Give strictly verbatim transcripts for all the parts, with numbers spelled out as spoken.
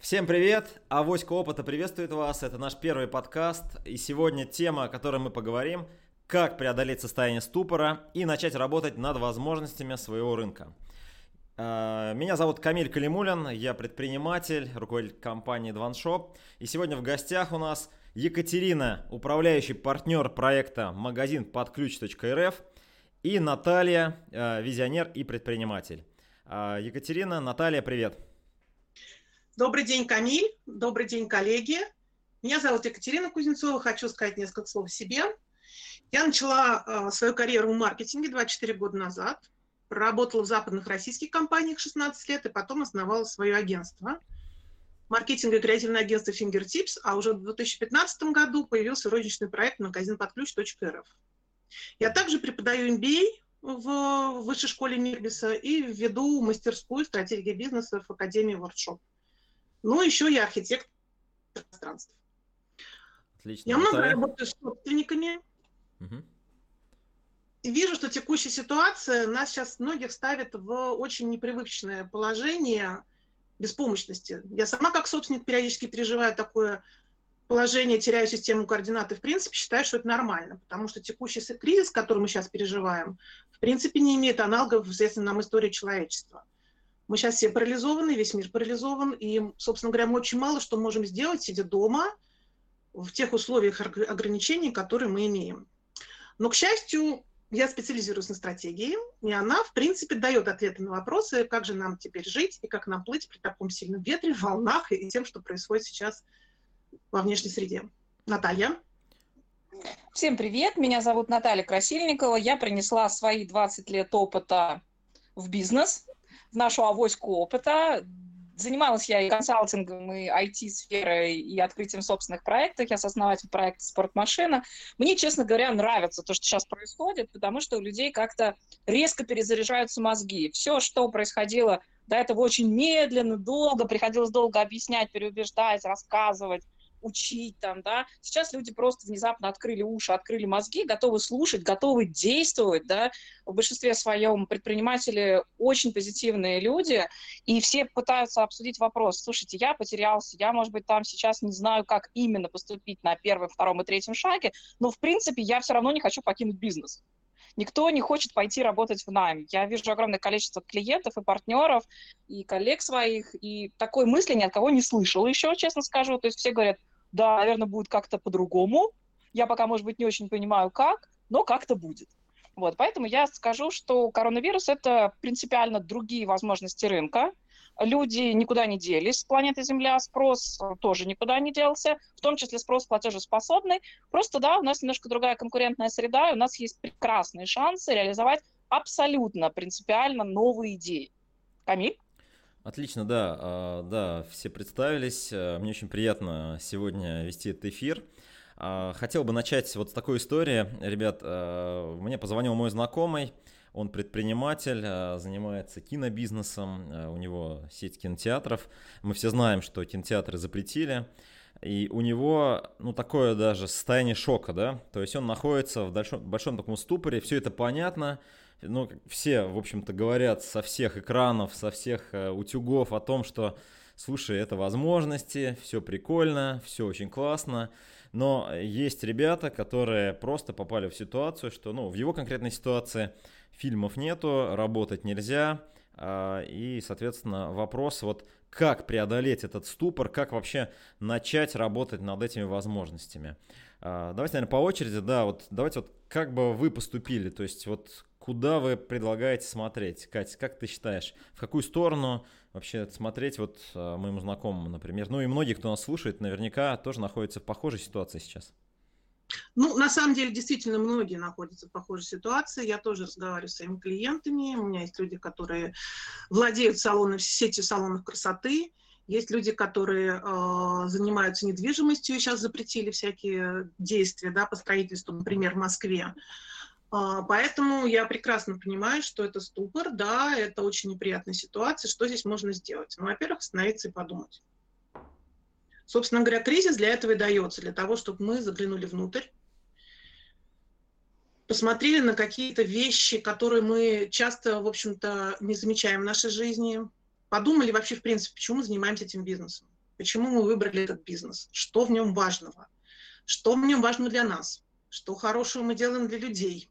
Всем привет! Авоська Опыта приветствует вас. Это наш первый подкаст. И сегодня тема, о которой мы поговорим, как преодолеть состояние ступора и начать работать над возможностями своего рынка. Меня зовут Камиль Калимулин, я предприниматель, руководитель компании Дваншоп. И сегодня в гостях у нас Екатерина, управляющий партнер проекта магазин под ключ точка эр эф, и Наталья, визионер и предприниматель. Екатерина, Наталья, привет! Добрый день, Камиль. Добрый день, коллеги. Меня зовут Екатерина Кузнецова. Хочу сказать несколько слов о себе. Я начала э, свою карьеру в маркетинге двадцать четыре года назад. Проработала в западных российских компаниях шестнадцать лет и потом основала свое агентство. Маркетинговое и креативное агентство Fingertips, а уже в две тысячи пятнадцатом году появился розничный проект магазин под ключ точка эр эф. Я также преподаю эм би эй в высшей школе Мирбиса и веду мастерскую стратегии бизнеса в Академии Workshop. Ну, еще я архитектор пространств. Отлично. Я много Наталья? работаю с собственниками. Угу. И вижу, что текущая ситуация нас сейчас многих ставит в очень непривычное положение беспомощности. Я сама как собственник периодически переживаю такое положение, теряю систему координат и в принципе считаю, что это нормально, потому что текущий кризис, который мы сейчас переживаем, в принципе не имеет аналогов в известной нам истории человечества. Мы сейчас все парализованы, весь мир парализован, и, собственно говоря, мы очень мало что можем сделать, сидя дома, в тех условиях ограничений, которые мы имеем. Но, к счастью, я специализируюсь на стратегии, и она, в принципе, дает ответы на вопросы, как же нам теперь жить, и как нам плыть при таком сильном ветре, волнах и тем, что происходит сейчас во внешней среде. Наталья? Всем привет, меня зовут Наталья Красильникова, я принесла свои двадцать лет опыта в бизнес, в нашу авоську опыта. Занималась я и консалтингом, и ай ти-сферой, и открытием собственных проектов. Я сооснователь проекта «Спортмашина». Мне, честно говоря, нравится то, что сейчас происходит, потому что у людей как-то резко перезаряжаются мозги. Все, что происходило до этого очень медленно, долго, приходилось долго объяснять, переубеждать, рассказывать, учить там, да. Сейчас люди просто внезапно открыли уши, открыли мозги, готовы слушать, готовы действовать, да. В большинстве своем предприниматели очень позитивные люди, и все пытаются обсудить вопрос: слушайте, я потерялся, я, может быть, там сейчас не знаю, как именно поступить на первом, втором и третьем шаге, но, в принципе, я все равно не хочу покинуть бизнес. Никто не хочет пойти работать в найм. Я вижу огромное количество клиентов и партнеров, и коллег своих, и такой мысли ни от кого не слышала еще, честно скажу. То есть все говорят: да, наверное, будет как-то по-другому. Я пока, может быть, не очень понимаю, как, но как-то будет. Вот, поэтому я скажу, что коронавирус – это принципиально другие возможности рынка. Люди никуда не делись с планеты Земля, спрос тоже никуда не делся, в том числе спрос платежеспособный. Просто, да, у нас немножко другая конкурентная среда, и у нас есть прекрасные шансы реализовать абсолютно принципиально новые идеи. Камиль? Отлично, да, да, все представились. Мне очень приятно сегодня вести этот эфир. Хотел бы начать вот с такой истории. Ребят, мне позвонил мой знакомый, он предприниматель, занимается кинобизнесом, у него сеть кинотеатров. Мы все знаем, что кинотеатры запретили. И у него, ну, такое даже состояние шока, да, то есть он находится в большом, большом таком ступоре, все это понятно, ну, все, в общем-то, говорят со всех экранов, со всех э, утюгов о том, что, слушай, это возможности, все прикольно, все очень классно, но есть ребята, которые просто попали в ситуацию, что, ну, в его конкретной ситуации фильмов нету, работать нельзя, э, и, соответственно, вопрос вот, как преодолеть этот ступор, как вообще начать работать над этими возможностями. Давайте, наверное, по очереди, да, вот давайте вот как бы вы поступили, то есть вот куда вы предлагаете смотреть? Катя, как ты считаешь, в какую сторону вообще смотреть вот моему знакомому, например? Ну и многие, кто нас слушает, наверняка тоже находятся в похожей ситуации сейчас. Ну, на самом деле, действительно, многие находятся в похожей ситуации. Я тоже разговариваю с своими клиентами. У меня есть люди, которые владеют салонами, сетью салонов красоты. Есть люди, которые э, занимаются недвижимостью, и сейчас запретили всякие действия, да, по строительству, например, в Москве. Э, поэтому я прекрасно понимаю, что это ступор, да, это очень неприятная ситуация. Что здесь можно сделать? Ну, во-первых, остановиться и подумать. Собственно говоря, кризис для этого и дается, для того, чтобы мы заглянули внутрь, посмотрели на какие-то вещи, которые мы часто, в общем-то, не замечаем в нашей жизни, подумали вообще, в принципе, почему мы занимаемся этим бизнесом. почему мы выбрали этот бизнес, что в нем важного, что в нем важно для нас, что хорошего мы делаем для людей.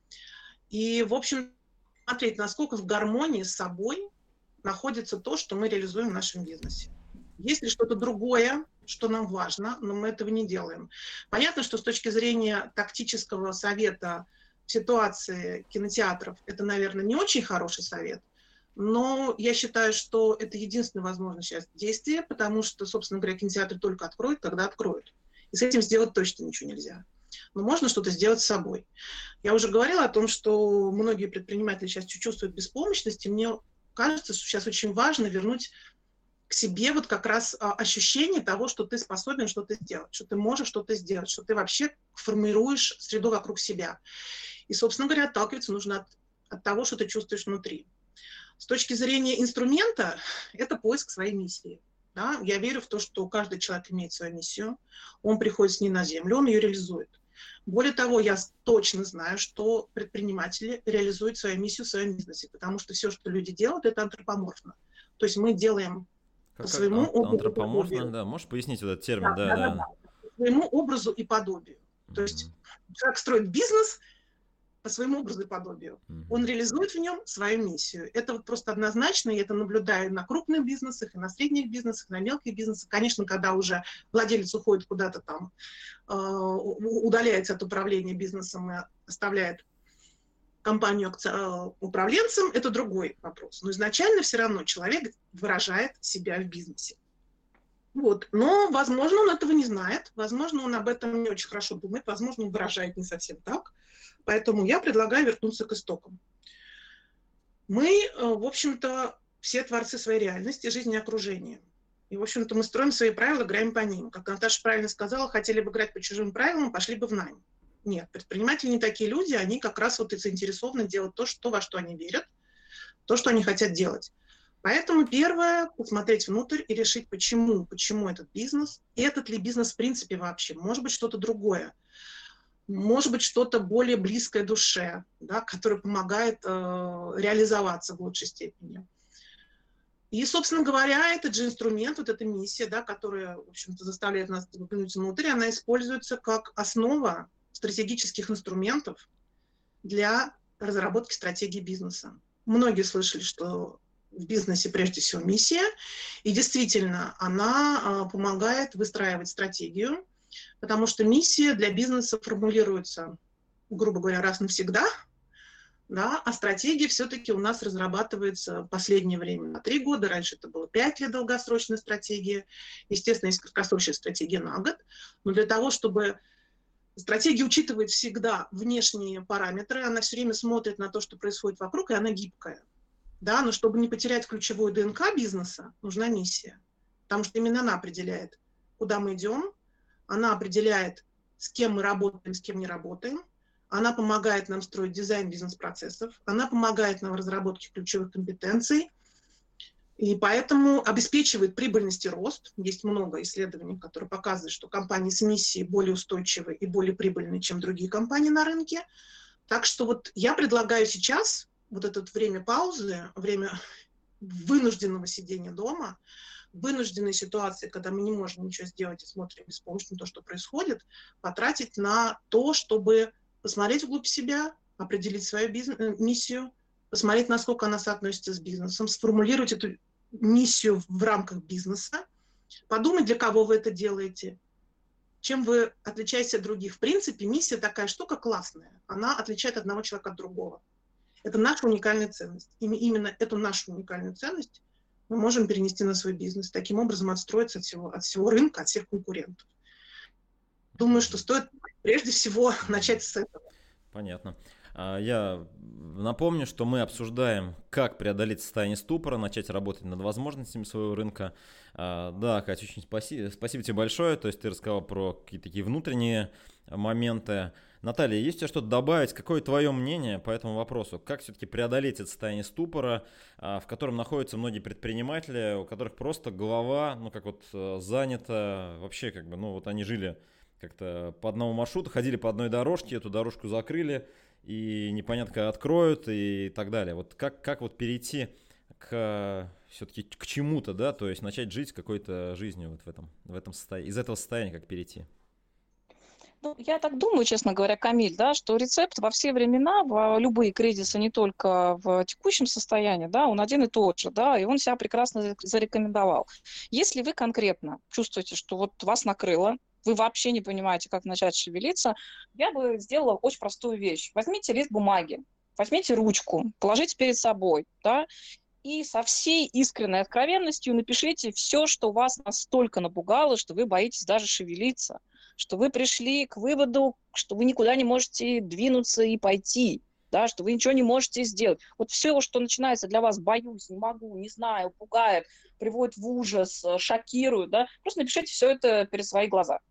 И, в общем, смотреть, насколько в гармонии с собой находится то, что мы реализуем в нашем бизнесе. Есть ли что-то другое, что нам важно, но мы этого не делаем. Понятно, что с точки зрения тактического совета в ситуации кинотеатров это, наверное, не очень хороший совет, но я считаю, что это единственное возможное сейчас действие, потому что, собственно говоря, кинотеатры только откроют, когда откроют. И с этим сделать точно ничего нельзя. Но можно что-то сделать с собой. Я уже говорила о том, что многие предприниматели сейчас чувствуют беспомощность, и мне кажется, что сейчас очень важно вернуть к себе вот как раз ощущение того, что ты способен что-то сделать, что ты можешь что-то сделать, что ты вообще формируешь среду вокруг себя. И, собственно говоря, отталкиваться нужно от, от того, что ты чувствуешь внутри. С точки зрения инструмента, это поиск своей миссии. Да? Я верю в то, что каждый человек имеет свою миссию, он приходит с ней на землю, он ее реализует. Более того, я точно знаю, что предприниматели реализуют свою миссию в своем бизнесе, потому что все, что люди делают, это антропоморфно. То есть мы делаем Как, по как своему ан- образу и антропоморфно, подобию. да, можешь пояснить вот этот термин, Да, да, да, да, да. да. По своему образу и подобию. То есть человек строит бизнес по своему образу и подобию. Мгм. Он реализует в нем свою миссию. Это вот просто однозначно, я это наблюдаю на крупных бизнесах, и на средних бизнесах, и на мелких бизнесах. Конечно, когда уже владелец уходит куда-то там, э, удаляется от управления бизнесом и оставляет компанию акци- э, управленцем, это другой вопрос. Но изначально все равно человек выражает себя в бизнесе. Вот. Но, возможно, он этого не знает, возможно, он об этом не очень хорошо думает, возможно, он выражает не совсем так. Поэтому я предлагаю вернуться к истокам. Мы, в общем-то, все творцы своей реальности, жизни и окружения. И, в общем-то, мы строим свои правила, играем по ним. Как Наташа правильно сказала, хотели бы играть по чужим правилам, пошли бы в найм. Нет, предприниматели не такие люди, они как раз вот и заинтересованы делать то, что, во что они верят, то, что они хотят делать. Поэтому первое – посмотреть внутрь и решить, почему, почему этот бизнес, и этот ли бизнес в принципе вообще, может быть, что-то другое. Может быть, что-то более близкое душе, да, которое помогает э, реализоваться в лучшей степени. И, собственно говоря, этот же инструмент, вот эта миссия, да, которая, в общем-то, заставляет нас выглянуть внутрь, она используется как основа стратегических инструментов для разработки стратегии бизнеса. Многие слышали, что в бизнесе прежде всего миссия, и действительно она э, помогает выстраивать стратегию, потому что миссия для бизнеса формулируется, грубо говоря, раз навсегда, да, а стратегия все-таки у нас разрабатывается в последнее время на три года, раньше это было пять лет долгосрочная стратегия, естественно, есть краткосрочная стратегия на год, но для того, чтобы стратегия учитывает всегда внешние параметры, она все время смотрит на то, что происходит вокруг, и она гибкая, да, но чтобы не потерять ключевую ДНК бизнеса, нужна миссия, потому что именно она определяет, куда мы идем. Она определяет, с кем мы работаем, с кем не работаем. Она помогает нам строить дизайн бизнес-процессов. Она помогает нам в разработке ключевых компетенций. И поэтому обеспечивает прибыльность и рост. Есть много исследований, которые показывают, что компании с миссией более устойчивы и более прибыльны, чем другие компании на рынке. Так что вот я предлагаю сейчас, вот это время паузы, время вынужденного сидения дома, вынужденной ситуации, когда мы не можем ничего сделать и смотрим беспомощно то, что происходит, потратить на то, чтобы посмотреть вглубь себя, определить свою бизнес, миссию, посмотреть, насколько она соотносится с бизнесом, сформулировать эту миссию в рамках бизнеса, подумать, для кого вы это делаете, чем вы отличаетесь от других. В принципе, миссия такая штука классная, она отличает одного человека от другого. Это наша уникальная ценность. И именно эту нашу уникальную ценность мы можем перенести на свой бизнес, таким образом отстроиться от всего, от всего рынка, от всех конкурентов. Думаю, что стоит прежде всего начать с этого. Понятно. Я напомню, что мы обсуждаем, как преодолеть состояние ступора, начать работать над возможностями своего рынка. Да, Катя, очень спасибо, спасибо тебе большое. То есть ты рассказал про какие-то такие внутренние моменты. Наталья, есть у тебя что-то добавить? Какое твое мнение по этому вопросу? Как все-таки преодолеть это состояние ступора, в котором находятся многие предприниматели, у которых просто голова, ну, как вот занята, вообще как бы, ну, вот они жили как-то по одному маршруту, ходили по одной дорожке, эту дорожку закрыли, и непонятно, когда откроют, и так далее. Вот как, как вот перейти к все-таки к чему-то, да, то есть начать жить какой-то жизнью вот в этом, в этом состоянии, из этого состояния как перейти? Ну, я так думаю, честно говоря, Камиль, да, что рецепт во все времена, в любые кризисы, не только в текущем состоянии, да, он один и тот же, да, и он себя прекрасно зарекомендовал. Если вы конкретно чувствуете, что вот вас накрыло, вы вообще не понимаете, как начать шевелиться, я бы сделала очень простую вещь. Возьмите лист бумаги, возьмите ручку, положите перед собой, да, и со всей искренней откровенностью напишите все, что вас настолько напугало, что вы боитесь даже шевелиться, что вы пришли к выводу, что вы никуда не можете двинуться и пойти, да, что вы ничего не можете сделать. Вот все, что начинается для вас «боюсь», «не могу», «не знаю», «пугает», приводит в ужас, шокирует, да, просто напишите все это перед свои глаза.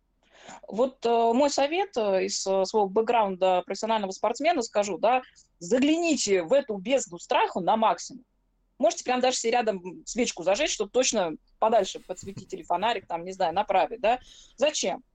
Вот э, мой совет э, из э, своего бэкграунда профессионального спортсмена скажу, да, загляните в эту бездну страха на максимум. Можете прям даже себе рядом свечку зажечь, чтобы точно подальше подсветить или фонарик, там, не знаю, направить, да. Зачем?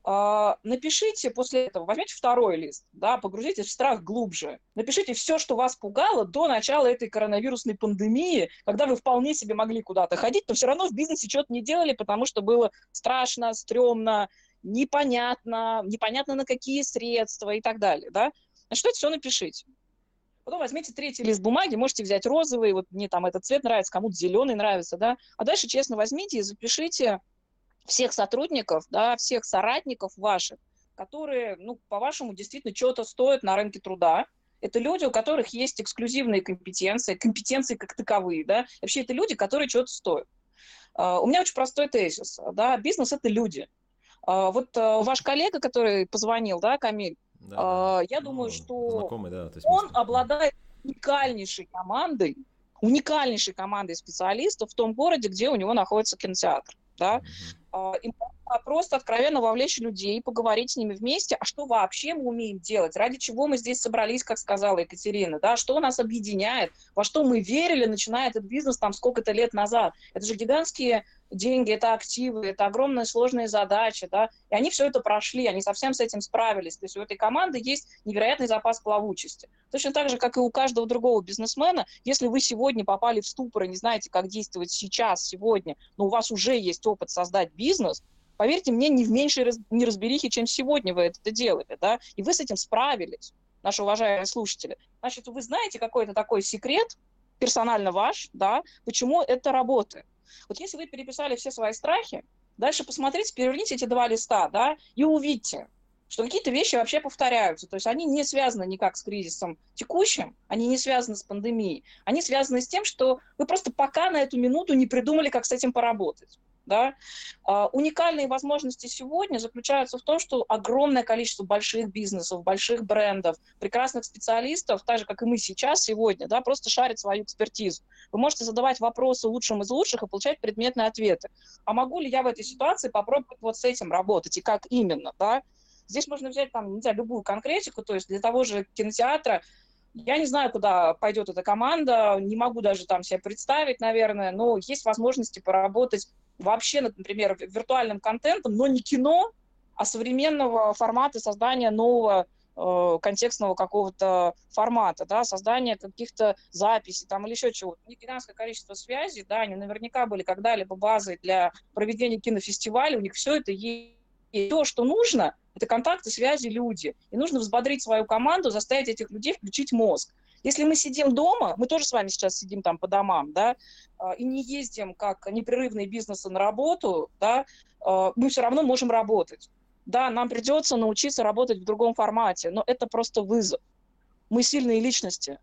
Э, напишите после этого, возьмите второй лист, да, погрузитесь в страх глубже. Напишите все, что вас пугало до начала этой коронавирусной пандемии, когда вы вполне себе могли куда-то ходить, но все равно в бизнесе что-то не делали, потому что было страшно, стрёмно, непонятно, непонятно на какие средства и так далее, да. Значит, это все напишите. Потом возьмите третий лист бумаги, можете взять розовый, вот мне там этот цвет нравится, кому-то зеленый нравится, да. А дальше честно возьмите и запишите всех сотрудников, да, всех соратников ваших, которые, ну, по-вашему, действительно что-то стоят на рынке труда. Это люди, у которых есть эксклюзивные компетенции, компетенции как таковые, да. Вообще это люди, которые что-то стоят. Uh, у меня очень простой тезис, да, бизнес – это люди. Uh, вот uh, ваш коллега, который позвонил, да, Камиль, Да, uh, да. я Ну, думаю, что знакомый, да, то есть он мысли. обладает уникальнейшей командой, уникальнейшей командой специалистов в том городе, где у него находится кинотеатр, да. Uh, и можно просто откровенно вовлечь людей, поговорить с ними вместе, а что вообще мы умеем делать, ради чего мы здесь собрались, как сказала Екатерина, да, что нас объединяет, во что мы верили, начиная этот бизнес там сколько-то лет назад. Это же гигантские деньги, это активы, это огромные сложные задачи, да, и они все это прошли, они совсем с этим справились, то есть у этой команды есть невероятный запас плавучести. Точно так же, как и у каждого другого бизнесмена, если вы сегодня попали в ступор и не знаете, как действовать сейчас, сегодня, но у вас уже есть опыт создать бизнес, поверьте мне, не в меньшей раз, неразберихе, чем сегодня вы это делали, да, и вы с этим справились, наши уважаемые слушатели. Значит, вы знаете какой-то такой секрет, персонально ваш, да, почему это работает. Вот если вы переписали все свои страхи, дальше посмотрите, переверните эти два листа, да, и увидите, что какие-то вещи вообще повторяются. То есть они не связаны никак с кризисом текущим, они не связаны с пандемией, они связаны с тем, что вы просто пока на эту минуту не придумали, как с этим поработать. Да? Uh, уникальные возможности сегодня заключаются в том, что огромное количество больших бизнесов, больших брендов, прекрасных специалистов, так же, как и мы сейчас, сегодня, да, просто шарят свою экспертизу. Вы можете задавать вопросы лучшим из лучших и получать предметные ответы. А могу ли я в этой ситуации попробовать вот с этим работать и как именно? Да? Здесь можно взять там, не знаю, любую конкретику, то есть для того же кинотеатра, я не знаю, куда пойдет эта команда, не могу даже там себя представить, наверное, но есть возможности поработать вообще, например, виртуальным контентом, но не кино, а современного формата создания нового э, контекстного какого-то формата, да, создания каких-то записей там или еще чего-то. У них гигантское количество связей, да, они наверняка были когда-либо базой для проведения кинофестиваля, у них все это есть. И то, что нужно, это контакты, связи, люди. И нужно взбодрить свою команду, заставить этих людей включить мозг. Если мы сидим дома, мы тоже с вами сейчас сидим там по домам, да, и не ездим как непрерывные бизнесы на работу, да, мы все равно можем работать. Да, нам придется научиться работать в другом формате, но это просто вызов. Мы сильные личности.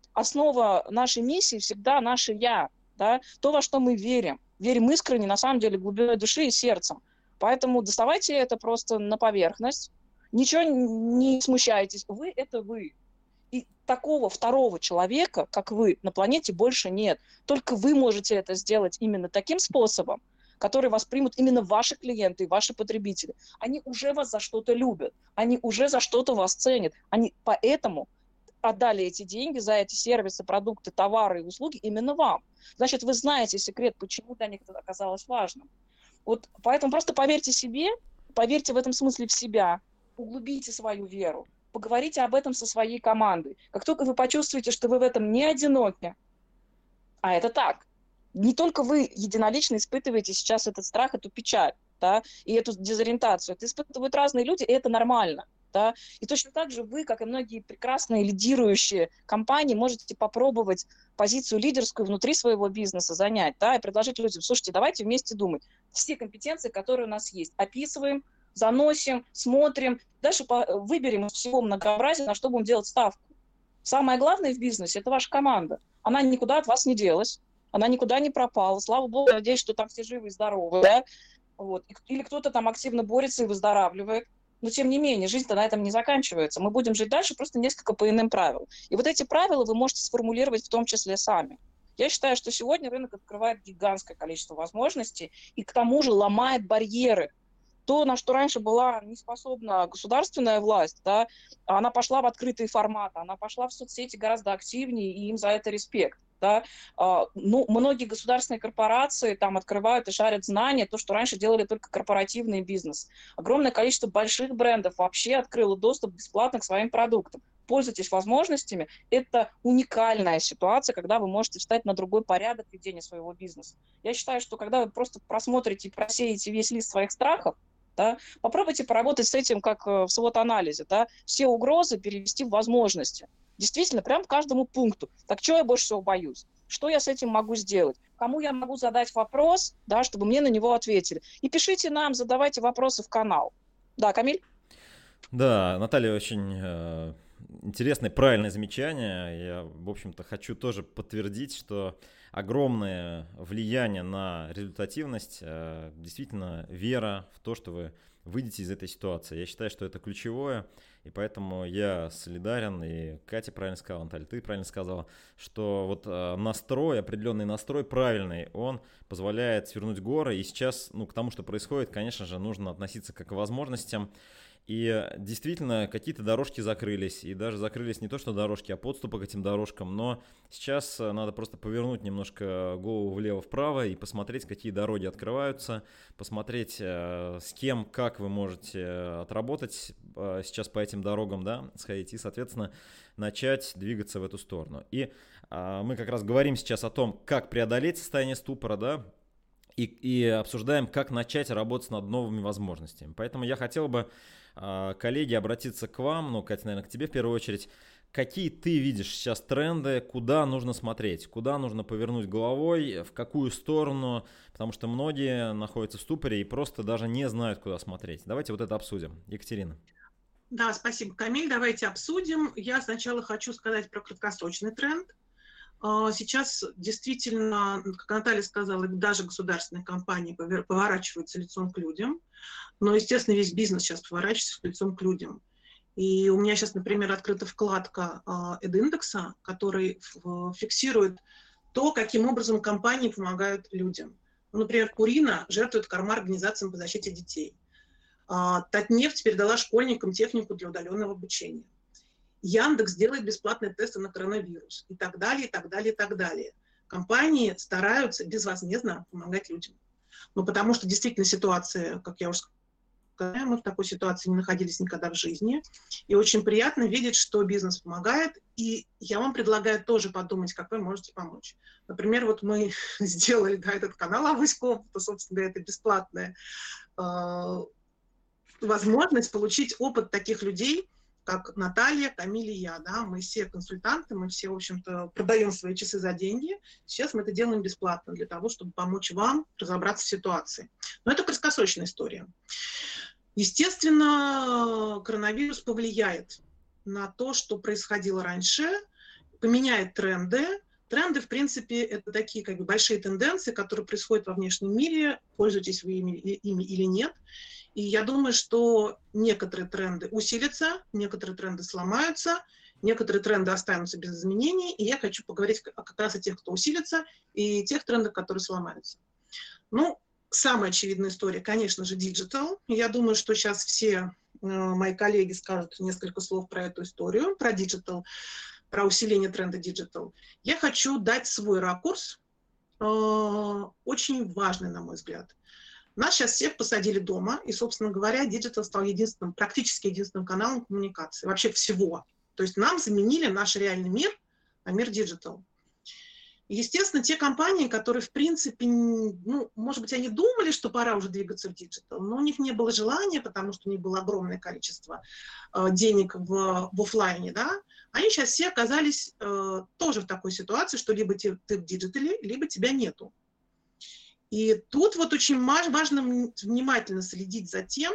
Основа нашей миссии всегда наше «я», да, то, во что мы верим. Верим искренне, на самом деле, глубиной души и сердцем. Поэтому доставайте это просто на поверхность, ничего не смущайтесь, вы – это вы. И такого второго человека, как вы, на планете больше нет. Только вы можете это сделать именно таким способом, который воспримут именно ваши клиенты и ваши потребители. Они уже вас за что-то любят, они уже за что-то вас ценят. Они поэтому отдали эти деньги за эти сервисы, продукты, товары и услуги именно вам. Значит, вы знаете секрет, почему для них это оказалось важным. Вот поэтому просто поверьте себе, поверьте в этом смысле в себя, углубите свою веру. Поговорите об этом со своей командой. Как только вы почувствуете, что вы в этом не одиноки, А это так. Не только вы единолично испытываете сейчас этот страх, эту печаль, да, и эту дезориентацию. Это испытывают разные люди, и это нормально. Да? И точно так же вы, как и многие прекрасные лидирующие компании, можете попробовать позицию лидерскую внутри своего бизнеса занять, да, и предложить людям: слушайте, давайте вместе думать. Все компетенции, которые у нас есть, описываем, заносим, смотрим, дальше выберем из всего многообразия, на что будем делать ставку. Самое главное в бизнесе – это ваша команда. Она никуда от вас не делась, она никуда не пропала. Слава богу, надеюсь, что там все живы и здоровы, да? Вот. Или кто-то там активно борется и выздоравливает. Но, тем не менее, жизнь-то на этом не заканчивается. Мы будем жить дальше просто несколько по иным правилам. И вот эти правила вы можете сформулировать в том числе сами. Я считаю, что сегодня рынок открывает гигантское количество возможностей и к тому же ломает барьеры. То, на что раньше была не способна государственная власть, да, она пошла в открытые форматы, она пошла в соцсети гораздо активнее, и им за это респект. Да. Ну, многие государственные корпорации там открывают и шарят знания, то, что раньше делали только корпоративный бизнес. Огромное количество больших брендов вообще открыло доступ бесплатно к своим продуктам. Пользуйтесь возможностями. Это уникальная ситуация, когда вы можете встать на другой порядок ведения своего бизнеса. Я считаю, что когда вы просто просмотрите и просеете весь лист своих страхов, да, попробуйте поработать с этим, как в свод-анализе, да, все угрозы перевести в возможности. Действительно, прям к каждому пункту. Так что я больше всего боюсь? Что я с этим могу сделать? Кому я могу задать вопрос, да, чтобы мне на него ответили? И пишите нам, задавайте вопросы в канал. Да, Камиль? Да, Наталья, очень э, интересное, правильное замечание. Я, в общем-то, хочу тоже подтвердить, что огромное влияние на результативность, э, действительно, вера в то, что вы выйдете из этой ситуации. Я считаю, что это ключевое, и поэтому я солидарен, и Катя правильно сказала, Наталья, ты правильно сказала, что вот э, настрой, определенный настрой правильный, он позволяет свернуть горы, и сейчас, ну, к тому, что происходит, конечно же, нужно относиться как к возможностям. И действительно, какие-то дорожки закрылись, и даже закрылись не то что дорожки, а подступы к этим дорожкам, но сейчас надо просто повернуть немножко голову влево-вправо и посмотреть, какие дороги открываются, посмотреть, с кем, как вы можете отработать сейчас по этим дорогам, да, сходить и, соответственно, начать двигаться в эту сторону. И мы как раз говорим сейчас о том, как преодолеть состояние ступора, да, и, и обсуждаем, как начать работать над новыми возможностями. Поэтому я хотел бы, коллеги, обратиться к вам, ну, Катя, наверное, к тебе в первую очередь. Какие ты видишь сейчас тренды, куда нужно смотреть, куда нужно повернуть головой, в какую сторону, потому что многие находятся в ступоре и просто даже не знают, куда смотреть. Давайте вот это обсудим. Екатерина. Да, спасибо, Камиль. Давайте обсудим. Я сначала хочу сказать про краткосрочный тренд. Сейчас действительно, как Наталья сказала, даже государственные компании поворачиваются лицом к людям, но, естественно, весь бизнес сейчас поворачивается лицом к людям. И у меня сейчас, например, открыта вкладка эд-индекса, который фиксирует то, каким образом компании помогают людям. Ну, например, Пурина жертвует корма организациям по защите детей. Татнефть передала школьникам технику для удаленного обучения. Яндекс делает бесплатные тесты на коронавирус и так далее, и так далее, и так далее. Компании стараются безвозмездно помогать людям. Ну, потому что действительно ситуация, как я уже сказала, мы в такой ситуации не находились никогда в жизни. И очень приятно видеть, что бизнес помогает. И я вам предлагаю тоже подумать, как вы можете помочь. Например, вот мы сделали, да, этот канал «Авоська», это, собственно говоря, это бесплатная э, возможность получить опыт таких людей, как Наталья, Камиль и я, да, мы все консультанты, мы все, в общем-то, продаем свои часы за деньги. Сейчас мы это делаем бесплатно для того, чтобы помочь вам разобраться в ситуации. Но это краткосрочная история. Естественно, коронавирус повлияет на то, что происходило раньше, поменяет тренды. Тренды, в принципе, это такие как бы большие тенденции, которые происходят во внешнем мире, пользуетесь вы ими, ими или нет. И я думаю, что некоторые тренды усилятся, некоторые тренды сломаются, некоторые тренды останутся без изменений. И я хочу поговорить как раз о тех, кто усилится, и тех трендах, которые сломаются. Ну, самая очевидная история, конечно же, диджитал. Я думаю, что сейчас все э, мои коллеги скажут несколько слов про эту историю, про диджитал, про усиление тренда диджитал. Я хочу дать свой ракурс, э, очень важный, на мой взгляд. Нас сейчас всех посадили дома, и, собственно говоря, диджитал стал единственным, практически единственным каналом коммуникации, вообще всего. То есть нам заменили наш реальный мир на мир диджитал. Естественно, те компании, которые, в принципе, ну, может быть, они думали, что пора уже двигаться в диджитал, но у них не было желания, потому что у них было огромное количество э, денег в, в офлайне, да, они сейчас все оказались э, тоже в такой ситуации, что либо ты, ты в диджитале, либо тебя нету. И тут вот очень важно внимательно следить за тем,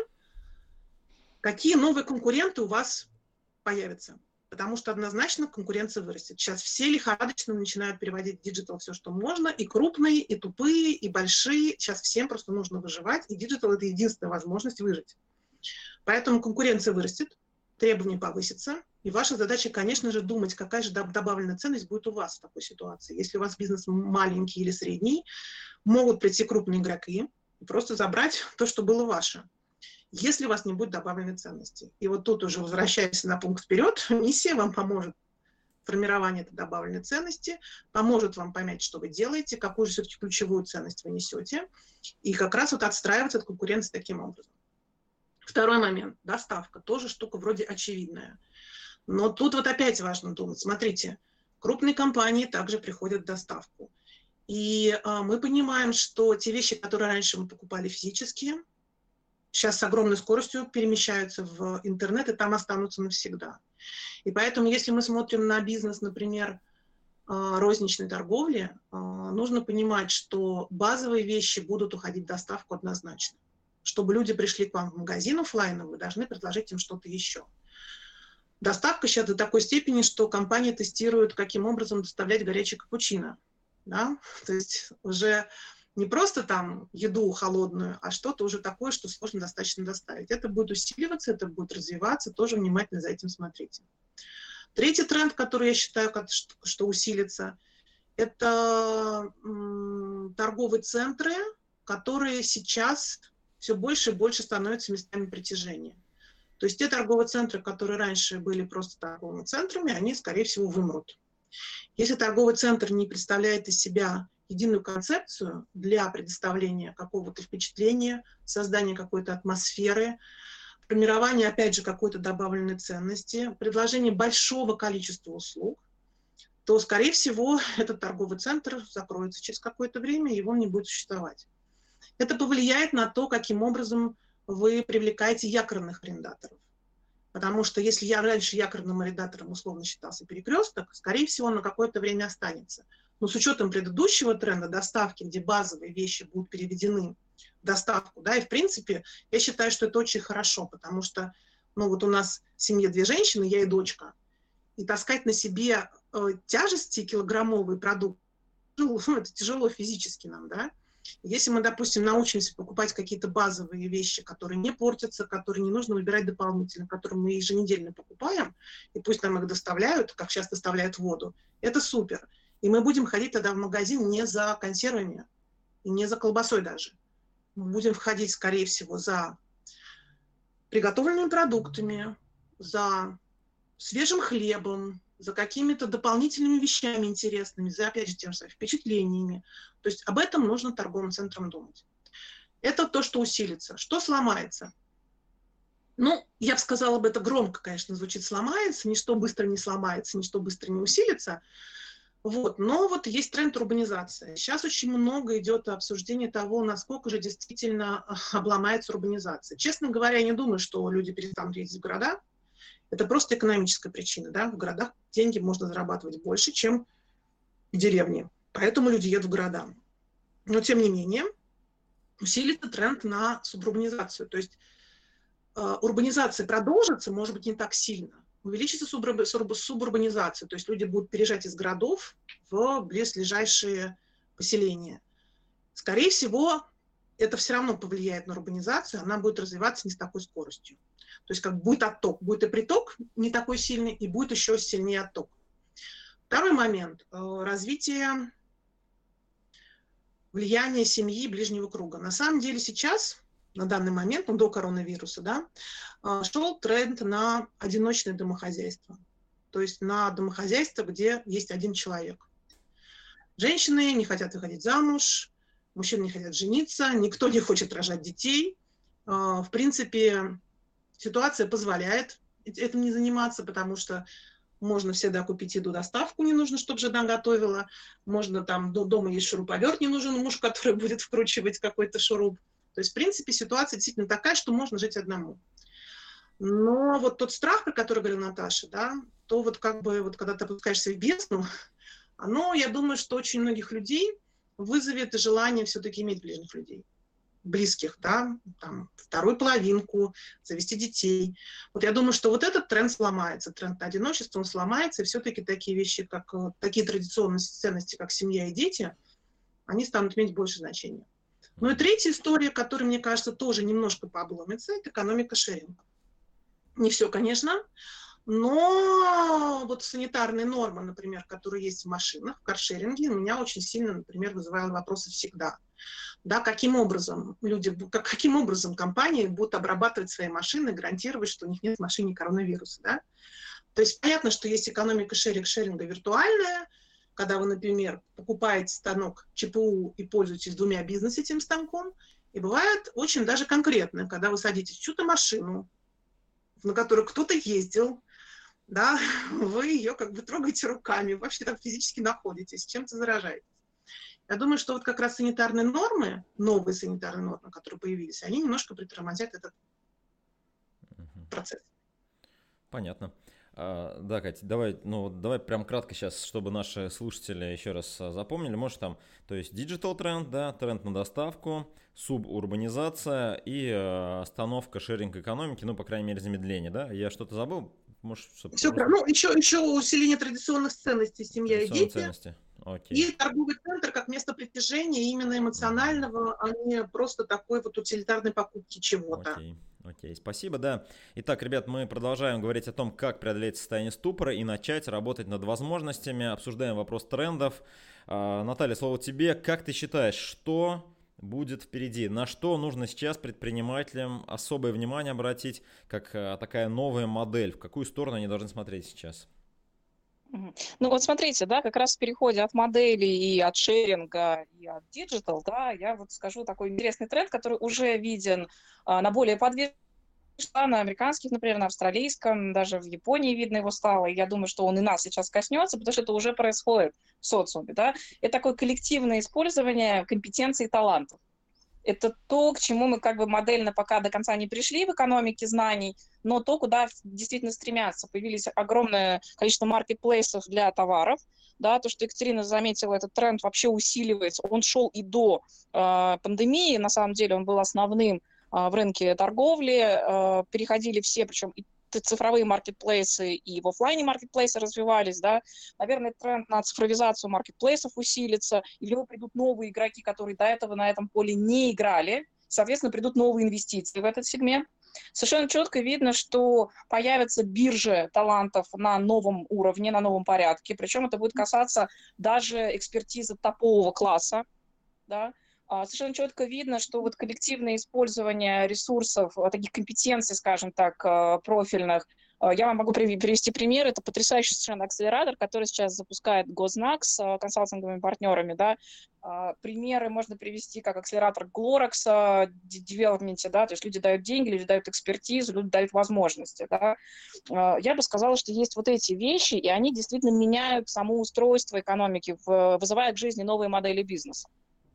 какие новые конкуренты у вас появятся. Потому что однозначно конкуренция вырастет. Сейчас все лихорадочно начинают переводить в диджитал все, что можно, и крупные, и тупые, и большие. Сейчас всем просто нужно выживать, и диджитал – это единственная возможность выжить. Поэтому конкуренция вырастет, требования повысятся, и ваша задача, конечно же, думать, какая же добавленная ценность будет у вас в такой ситуации. Если у вас бизнес маленький или средний, могут прийти крупные игроки и просто забрать то, что было ваше, если у вас не будет добавленной ценности. И вот тут уже, возвращаясь на пункт вперед, миссия вам поможет в формировании этой добавленной ценности, поможет вам понять, что вы делаете, какую же все-таки ключевую ценность вы несете, и как раз вот отстраиваться от конкуренции таким образом. Второй момент. Доставка. Тоже штука вроде очевидная. Но тут вот опять важно думать. Смотрите, крупные компании также приходят в доставку. И а, мы понимаем, что те вещи, которые раньше мы покупали физически, сейчас с огромной скоростью перемещаются в интернет и там останутся навсегда. И поэтому, если мы смотрим на бизнес, например, розничной торговли, нужно понимать, что базовые вещи будут уходить в доставку однозначно. Чтобы люди пришли к вам в магазин офлайновый, вы должны предложить им что-то еще. Доставка сейчас до такой степени, что компании тестируют, каким образом доставлять горячий капучино. Да? То есть уже не просто там еду холодную, а что-то уже такое, что сложно достаточно доставить. Это будет усиливаться, это будет развиваться, тоже внимательно за этим смотрите. Третий тренд, который я считаю, что усилится, это торговые центры, которые сейчас все больше и больше становятся местами притяжения. То есть те торговые центры, которые раньше были просто торговыми центрами, они, скорее всего, вымрут. Если торговый центр не представляет из себя единую концепцию для предоставления какого-то впечатления, создания какой-то атмосферы, формирования, опять же, какой-то добавленной ценности, предложения большого количества услуг, то, скорее всего, этот торговый центр закроется через какое-то время, и он не будет существовать. Это повлияет на то, каким образом вы привлекаете якорных арендаторов. Потому что если я раньше якорным арендатором условно считался Перекресток, скорее всего, он на какое-то время останется. Но с учетом предыдущего тренда доставки, где базовые вещи будут переведены в доставку, да, и в принципе, я считаю, что это очень хорошо, потому что, ну вот у нас в семье две женщины, я и дочка, и таскать на себе э, тяжести килограммовые продукты, ну, это тяжело физически нам, да. Если мы, допустим, научимся покупать какие-то базовые вещи, которые не портятся, которые не нужно выбирать дополнительно, которые мы еженедельно покупаем, и пусть нам их доставляют, как сейчас доставляют воду, это супер. И мы будем ходить тогда в магазин не за консервами, и не за колбасой даже. Мы будем входить, скорее всего, за приготовленными продуктами, за свежим хлебом, за какими-то дополнительными вещами интересными, за, опять же, тем же впечатлениями. То есть об этом нужно торговым центрам думать. Это то, что усилится. Что сломается? Ну, я бы сказала, бы это громко, конечно, звучит «сломается», ничто быстро не сломается, ничто быстро не усилится. Вот. Но вот есть тренд урбанизации. Сейчас очень много идет обсуждение того, насколько же действительно обломается урбанизация. Честно говоря, я не думаю, что люди перестанут ездить в города. Это просто экономическая причина. Да? В городах деньги можно зарабатывать больше, чем в деревне. Поэтому люди едут в города. Но, тем не менее, усилится тренд на субурбанизацию. То есть э, урбанизация продолжится, может быть, не так сильно. Увеличится субурбанизация, то есть люди будут переезжать из городов в близлежащие поселения. Скорее всего, это все равно повлияет на урбанизацию, она будет развиваться не с такой скоростью. То есть как будет отток, будет и приток не такой сильный, и будет еще сильнее отток. Второй момент – развитие влияния семьи и ближнего круга. На самом деле сейчас, на данный момент, ну, до коронавируса, да, шел тренд на одиночное домохозяйство. То есть на домохозяйство, где есть один человек. Женщины не хотят выходить замуж, мужчины не хотят жениться, никто не хочет рожать детей. В принципе, ситуация позволяет этим не заниматься, потому что можно всегда купить еду, доставку, не нужно, чтобы жена готовила, можно там, дома есть шуруповерт, не нужен муж, который будет вкручивать какой-то шуруп. То есть, в принципе, ситуация действительно такая, что можно жить одному. Но вот тот страх, про который говорила Наташа, да, то вот как бы, вот когда ты опускаешься в бездну, оно, я думаю, что очень многих людей вызовет желание все-таки иметь ближних людей, близких, да, там, вторую половинку, завести детей. Вот я думаю, что вот этот тренд сломается, тренд на одиночество, он сломается, и все-таки такие вещи, как такие традиционные ценности, как семья и дети, они станут иметь больше значения. Ну и третья история, которая, мне кажется, тоже немножко пообломится, это экономика шеринга. Не все, конечно, но вот санитарные нормы, например, которые есть в машинах, в каршеринге, у меня очень сильно, например, вызывали вопросы всегда. Да, каким образом люди, как, каким образом компании будут обрабатывать свои машины, гарантировать, что у них нет в машине коронавируса, да? То есть понятно, что есть экономика шеринг, шеринга виртуальная, когда вы, например, покупаете станок ЧПУ и пользуетесь двумя бизнес этим станком, и бывает очень даже конкретно, когда вы садитесь в чью-то машину, на которую кто-то ездил, да, вы ее как бы трогаете руками, вообще там физически находитесь, чем-то заражаетесь. Я думаю, что вот как раз санитарные нормы, новые санитарные нормы, которые появились, они немножко притормозят этот угу. процесс. Понятно. А, да, Катя, давай, ну, давай прям кратко сейчас, чтобы наши слушатели еще раз запомнили. Может там, то есть диджитал тренд, да, тренд на доставку, субурбанизация и э, остановка шеринг экономики, ну, по крайней мере, замедление, да? Я что-то забыл? Может, чтобы... Все правильно. Ну, еще, еще усиление традиционных ценностей, семья и дети. Ценности. Окей. И торговый центр как место притяжения именно эмоционального, а не просто такой вот утилитарной покупки чего-то. Окей. Окей, спасибо, да. Итак, ребят, мы продолжаем говорить о том, как преодолеть состояние ступора и начать работать над возможностями. Обсуждаем вопрос трендов. А, Наталья, слово тебе. Как ты считаешь, что будет впереди? На что нужно сейчас предпринимателям особое внимание обратить, как а, такая новая модель? В какую сторону они должны смотреть сейчас? Ну вот смотрите, да, как раз в переходе от модели и от шеринга, и от диджитал, да, я вот скажу такой интересный тренд, который уже виден а, на более подвижных, на американских, например, на австралийском, даже в Японии видно его стало, и я думаю, что он и нас сейчас коснется, потому что это уже происходит в социуме, да, это такое коллективное использование компетенций и талантов. Это то, к чему мы как бы модельно пока до конца не пришли в экономике знаний, но то, куда действительно стремятся. Появились огромное количество маркетплейсов для товаров. Да, то, что Екатерина заметила, этот тренд вообще усиливается. Он шел и до э, пандемии, на самом деле он был основным э, в рынке торговли. Э, переходили все, причем и цифровые маркетплейсы и в офлайне маркетплейсы развивались, да, наверное, тренд на цифровизацию маркетплейсов усилится, и в него придут новые игроки, которые до этого на этом поле не играли, соответственно, придут новые инвестиции в этот сегмент. Совершенно четко видно, что появятся биржи талантов на новом уровне, на новом порядке, причем это будет касаться даже экспертизы топового класса, да. Совершенно четко видно, что вот коллективное использование ресурсов, таких компетенций, скажем так, профильных, я вам могу привести пример, это потрясающий совершенно акселератор, который сейчас запускает Гознак с консалтинговыми партнерами, да. Примеры можно привести как акселератор Glorex в девелопменте, да, то есть люди дают деньги, люди дают экспертизу, люди дают возможности, да. Я бы сказала, что есть вот эти вещи, и они действительно меняют само устройство экономики, вызывая к жизни новые модели бизнеса.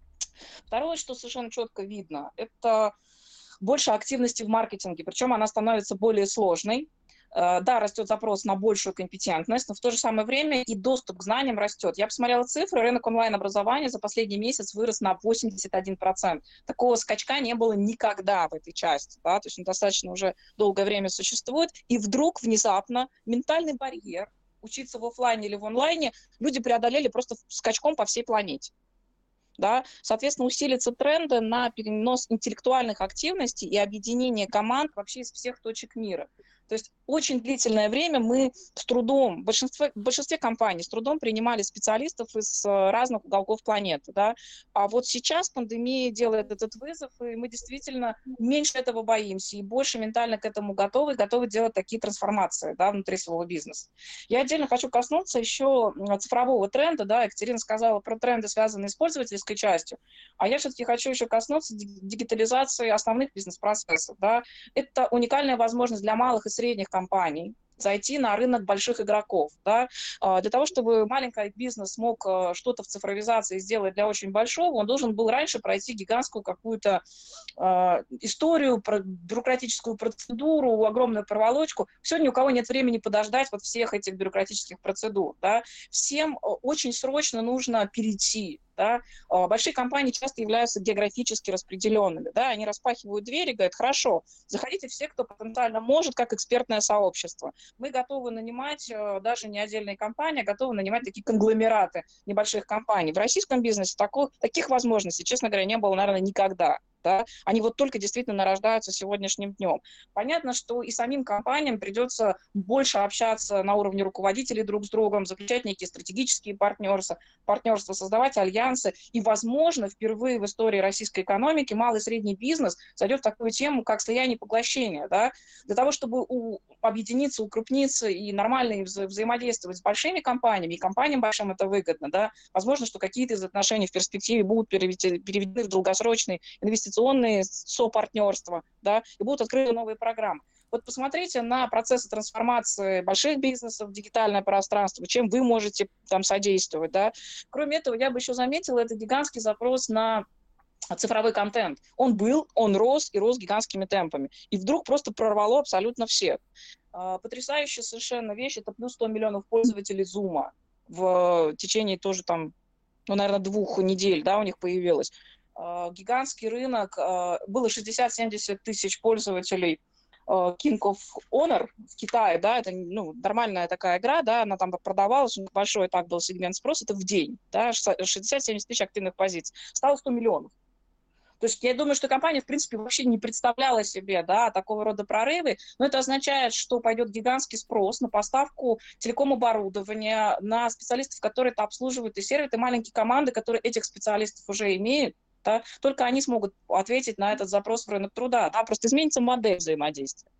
Второе, что совершенно четко видно, это больше активности в маркетинге, причем она становится более сложной. Да, растет запрос на большую компетентность, но в то же самое время и доступ к знаниям растет. Я посмотрела цифры, рынок онлайн-образования за последний месяц вырос на восемьдесят один процент. Такого скачка не было никогда в этой части, да? То есть он достаточно уже долгое время существует, и вдруг внезапно ментальный барьер учиться в офлайне или в онлайне люди преодолели просто скачком по всей планете. Да? Соответственно, усилятся тренды на перенос интеллектуальных активностей и объединение команд вообще из всех точек мира. То есть очень длительное время мы с трудом, в большинстве, в большинстве компаний с трудом принимали специалистов из разных уголков планеты. Да? А вот сейчас пандемия делает этот вызов, и мы действительно меньше этого боимся и больше ментально к этому готовы, готовы делать такие трансформации, да, внутри своего бизнеса. Я отдельно хочу коснуться еще цифрового тренда. Да? Екатерина сказала про тренды, связанные с пользовательской частью, а я все-таки хочу еще коснуться дигитализации основных бизнес-процессов. Да? Это уникальная возможность для малых и средних компаний, зайти на рынок больших игроков. Да? Для того, чтобы маленький бизнес мог что-то в цифровизации сделать для очень большого, он должен был раньше пройти гигантскую какую-то историю, бюрократическую процедуру, огромную проволочку. Сегодня ни у кого нет времени подождать вот всех этих бюрократических процедур. Да? Всем очень срочно нужно перейти. Да? Большие компании часто являются географически распределенными. Да? Они распахивают двери, говорят, хорошо, заходите все, кто потенциально может, как экспертное сообщество. Мы готовы нанимать даже не отдельные компании, а готовы нанимать такие конгломераты небольших компаний. В российском бизнесе такой, таких возможностей, честно говоря, не было, наверное, никогда. Да? Они вот только действительно нарождаются сегодняшним днем. Понятно, что и самим компаниям придется больше общаться на уровне руководителей друг с другом, заключать некие стратегические партнерства, партнерства, создавать альянсы. И, возможно, впервые в истории российской экономики малый и средний бизнес зайдет в такую тему, как слияние и поглощение. Да? Для того, чтобы у, объединиться, укрупниться и нормально вза- взаимодействовать с большими компаниями, и компаниям большим это выгодно, да? Возможно, что какие-то из отношений в перспективе будут переведены, переведены в долгосрочные инвестиционные сопартнерства, да, и будут открыты новые программы. Вот посмотрите на процессы трансформации больших бизнесов в дигитальное пространство, чем вы можете там содействовать, да. Кроме этого, я бы еще заметила, это гигантский запрос на цифровой контент. Он был, он рос и рос гигантскими темпами. И вдруг просто прорвало абсолютно всех. Потрясающая совершенно вещь, это плюс сто миллионов пользователей Zoom в течение тоже там, ну, наверное, двух недель, да, у них появилось. Гигантский рынок, было шестьдесят-семьдесят тысяч пользователей King of Honor в Китае, да, это, ну, нормальная такая игра, да, она там продавалась, большой так был сегмент спроса, это в день, да, шестьдесят-семьдесят тысяч активных позиций, стало сто миллионов. То есть я думаю, что компания, в принципе, вообще не представляла себе, да, такого рода прорывы, но это означает, что пойдет гигантский спрос на поставку телеком-оборудования, на специалистов, которые это обслуживают и сервят, и маленькие команды, которые этих специалистов уже имеют. Да, только они смогут ответить на этот запрос в рынок труда. Да, просто изменится модель взаимодействия.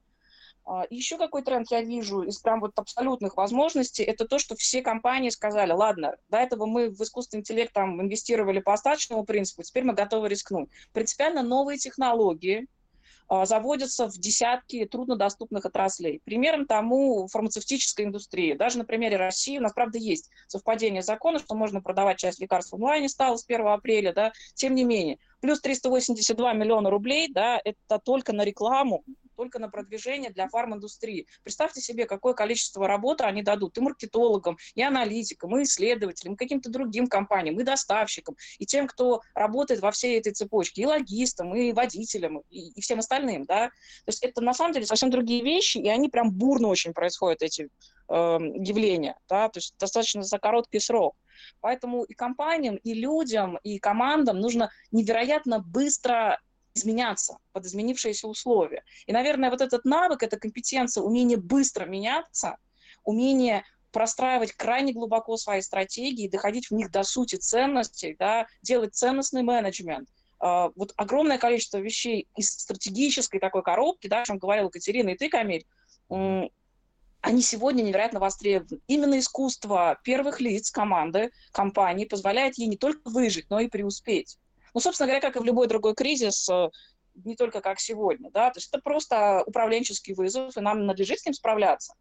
Еще какой тренд я вижу из прям вот абсолютных возможностей, это то, что все компании сказали, ладно, до этого мы в искусственный интеллект там инвестировали по остаточному принципу, теперь мы готовы рискнуть. Принципиально новые технологии заводятся в десятки труднодоступных отраслей. Примером тому фармацевтическая индустрия. Даже на примере России у нас, правда, есть совпадение закона, что можно продавать часть лекарств в онлайне стало с первого апреля, да, тем не менее. Плюс триста восемьдесят два миллиона рублей, да, это только на рекламу, только на продвижение для фарминдустрии. Представьте себе, какое количество работы они дадут и маркетологам, и аналитикам, и исследователям, и каким-то другим компаниям, и доставщикам, и тем, кто работает во всей этой цепочке, и логистам, и водителям, и, и всем остальным. Да? То есть это на самом деле совсем другие вещи, и они прям бурно очень происходят, эти э, явления, да? То есть достаточно за короткий срок. Поэтому и компаниям, и людям, и командам нужно невероятно быстро изменяться под изменившиеся условия. И, наверное, вот этот навык, эта компетенция, умение быстро меняться, умение простраивать крайне глубоко свои стратегии, доходить в них до сути ценностей, да, делать ценностный менеджмент. Uh, вот огромное количество вещей из стратегической такой коробки, да, о чем говорила Екатерина, и ты, Камиль, um, они сегодня невероятно востребованы. Именно искусство первых лиц команды, компании позволяет ей не только выжить, но и преуспеть. Ну, собственно говоря, как и в любой другой кризис, не только как сегодня, да, то есть это просто управленческий вызов, и нам надлежит с ним справляться.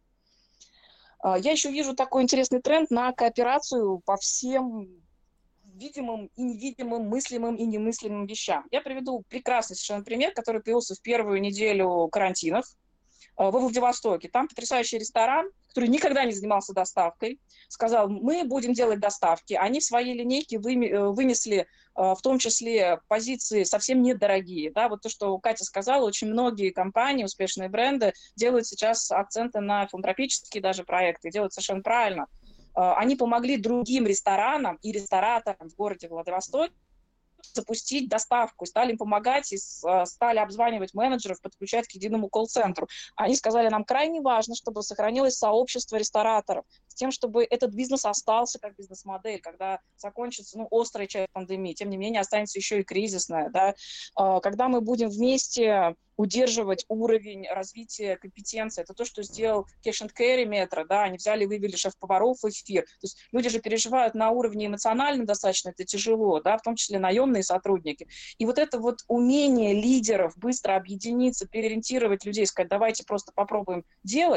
Я еще вижу такой интересный тренд на кооперацию по всем видимым и невидимым, мыслимым и немыслимым вещам. Я приведу прекрасный совершенно пример, который появился в первую неделю карантинов во Владивостоке. Там потрясающий ресторан, который никогда не занимался доставкой, сказал, мы будем делать доставки. Они в своей линейке вынесли в том числе позиции совсем недорогие. Да, вот то, что Катя сказала, очень многие компании, успешные бренды делают сейчас акценты на филантропические даже проекты, делают совершенно правильно. Они помогли другим ресторанам и рестораторам в городе Владивостоке запустить доставку, стали им помогать и стали обзванивать менеджеров, подключать к единому колл-центру. Они сказали, нам крайне важно, чтобы сохранилось сообщество рестораторов, с тем, чтобы этот бизнес остался как бизнес-модель, когда закончится, ну, острая часть пандемии, тем не менее останется еще и кризисная, да, когда мы будем вместе удерживать уровень развития компетенции. Это то, что сделал Cash and Carry метро, да, они взяли и вывели шеф-поваров в эфир. То есть люди же переживают на уровне эмоциональном достаточно, это тяжело, да, в том числе наемные сотрудники. И вот это вот умение лидеров быстро объединиться, переориентировать людей, сказать, давайте просто попробуем делать,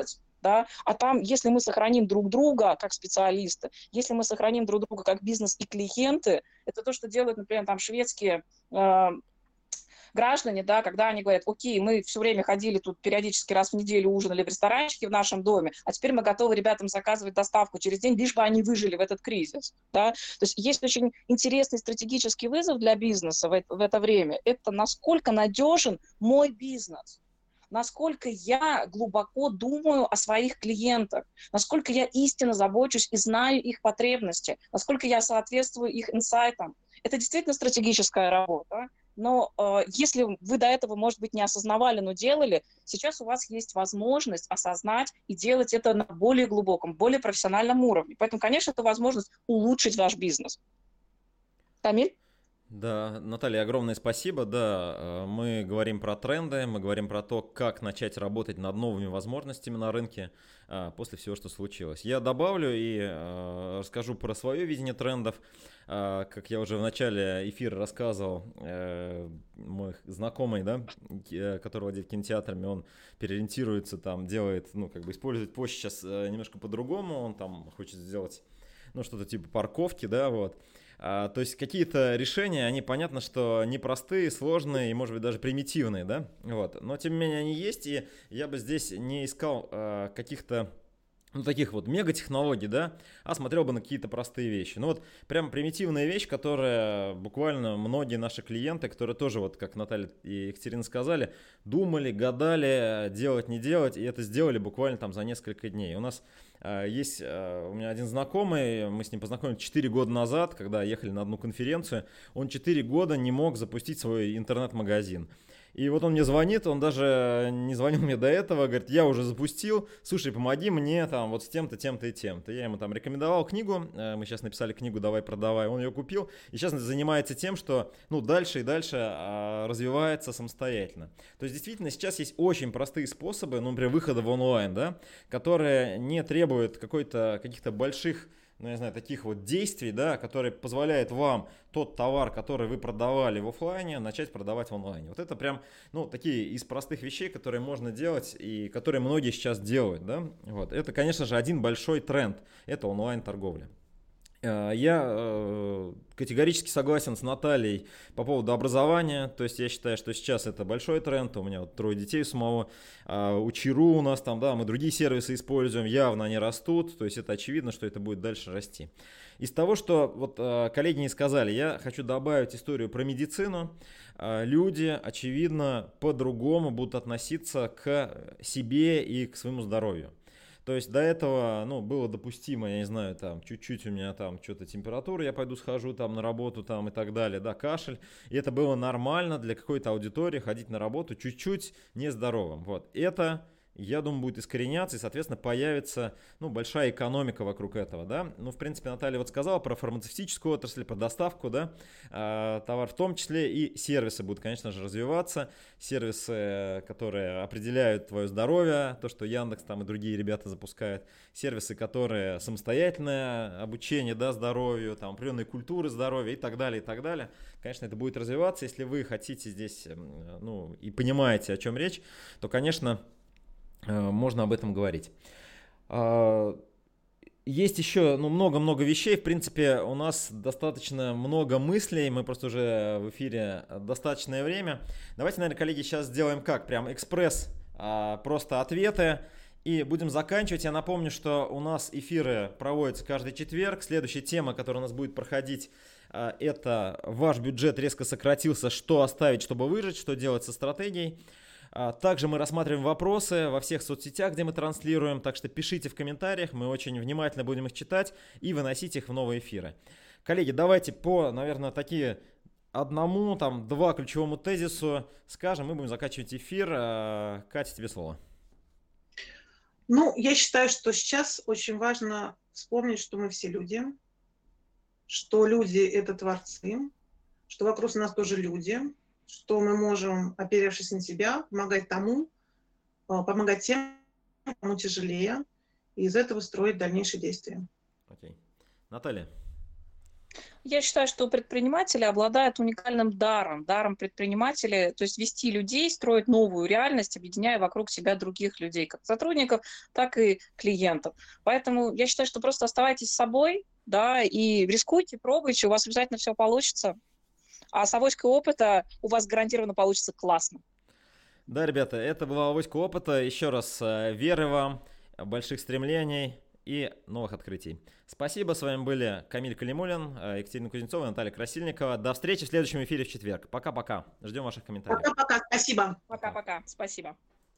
да, а там, если мы сохраним друг друга как специалисты, если мы сохраним друг друга как бизнес и клиенты, это то, что делают, например, там шведские э, граждане, да, когда они говорят, окей, мы все время ходили тут периодически раз в неделю, ужинали в ресторанчике в нашем доме, а теперь мы готовы ребятам заказывать доставку через день, лишь бы они выжили в этот кризис, да. То есть есть очень интересный стратегический вызов для бизнеса в это, в это время. Это насколько надежен мой бизнес, насколько я глубоко думаю о своих клиентах, насколько я истинно забочусь и знаю их потребности, насколько я соответствую их инсайтам. Это действительно стратегическая работа. Но э, если вы до этого, может быть, не осознавали, но делали, сейчас у вас есть возможность осознать и делать это на более глубоком, более профессиональном уровне. Поэтому, конечно, это возможность улучшить ваш бизнес. Камиль? Да, Наталья, огромное спасибо. Да, мы говорим про тренды, мы говорим про то, как начать работать над новыми возможностями на рынке после всего, что случилось. Я добавлю и расскажу про свое видение трендов. Как я уже в начале эфира рассказывал, мой знакомый, да, который владеет кинотеатрами, он переориентируется, там, делает, ну, как бы использует площадь сейчас немножко по-другому, он там хочет сделать, ну, что-то типа парковки, да, вот. А, то есть какие-то решения, они, понятно, что непростые, сложные и, может быть, даже примитивные, да, вот. Но, тем не менее, они есть, и я бы здесь не искал а, каких-то, ну, таких вот мегатехнологий, да, а смотрел бы на какие-то простые вещи. Ну, вот прям примитивная вещь, которая буквально многие наши клиенты, которые тоже, вот как Наталья и Екатерина сказали, думали, гадали, делать, не делать, и это сделали буквально там за несколько дней. У нас э, есть э, у меня один знакомый, мы с ним познакомились четыре года назад, когда ехали на одну конференцию, он четыре года не мог запустить свой интернет-магазин. И вот он мне звонит, он даже не звонил мне до этого, говорит, я уже запустил, слушай, помоги мне там вот с тем-то, тем-то и тем-то. Я ему там рекомендовал книгу, мы сейчас написали книгу «Давай, продавай», он ее купил и сейчас занимается тем, что ну, дальше и дальше а, развивается самостоятельно. То есть действительно сейчас есть очень простые способы, ну, например, выхода в онлайн, да, которые не требуют какой-то, каких-то больших, ну, я знаю, таких вот действий, да, которые позволяют вам тот товар, который вы продавали в офлайне, начать продавать в онлайне. Вот это прям, ну, такие из простых вещей, которые можно делать и которые многие сейчас делают, да. Вот. Это, конечно же, один большой тренд, это онлайн-торговля. Я категорически согласен с Натальей по поводу образования, то есть я считаю, что сейчас это большой тренд, у меня вот трое детей у самого, у Чиру у нас там, да, мы другие сервисы используем, явно они растут, то есть это очевидно, что это будет дальше расти. Из того, что вот коллеги не сказали, я хочу добавить историю про медицину. Люди, очевидно, по-другому будут относиться к себе и к своему здоровью. То есть до этого, ну, было допустимо, я не знаю, там, чуть-чуть у меня там что-то температура, я пойду схожу там на работу там и так далее, да, кашель. И это было нормально для какой-то аудитории ходить на работу чуть-чуть нездоровым. Вот, это, я думаю, будет искореняться и, соответственно, появится, ну, большая экономика вокруг этого, да. Ну, в принципе, Наталья вот сказала про фармацевтическую отрасль, про доставку, да, э, товар в том числе, и сервисы будут, конечно же, развиваться. Сервисы, которые определяют твое здоровье, то, что Яндекс там и другие ребята запускают. Сервисы, которые самостоятельное обучение, да, здоровью, там, определенные культуры здоровья и так далее, и так далее. Конечно, это будет развиваться. Если вы хотите здесь, ну, и понимаете, о чем речь, то, конечно, можно об этом говорить. Есть еще, ну, много-много вещей. В принципе, у нас достаточно много мыслей. Мы просто уже в эфире достаточное время. Давайте, наверное, коллеги, сейчас сделаем как? Прям экспресс, просто ответы. И будем заканчивать. Я напомню, что у нас эфиры проводятся каждый четверг. Следующая тема, которая у нас будет проходить, это ваш бюджет резко сократился. Что оставить, чтобы выжить? Что делать со стратегией? Также мы рассматриваем вопросы во всех соцсетях, где мы транслируем, так что пишите в комментариях, мы очень внимательно будем их читать и выносить их в новые эфиры. Коллеги, давайте по, наверное, такие одному, там, два ключевому тезису скажем, мы будем заканчивать эфир. Катя, тебе слово. Ну, я считаю, что сейчас очень важно вспомнить, что мы все люди, что люди – это творцы, что вокруг нас тоже люди, что мы можем, оперевшись на себя, помогать тому, помогать тем, кому тяжелее, и из этого строить дальнейшие действия. Окей. Наталья? Я считаю, что предприниматели обладают уникальным даром, даром предпринимателей, то есть вести людей, строить новую реальность, объединяя вокруг себя других людей, как сотрудников, так и клиентов. Поэтому я считаю, что просто оставайтесь собой, да, и рискуйте, пробуйте, у вас обязательно все получится. А с авоськой опыта у вас гарантированно получится классно. Да, ребята, это была авоська опыта. Еще раз веры вам, больших стремлений и новых открытий. Спасибо, с вами были Камиль Калимуллин, Екатерина Кузнецова и Наталья Красильникова. До встречи в следующем эфире в четверг. Пока-пока. Ждем ваших комментариев. Пока-пока. Спасибо. Пока-пока. Спасибо.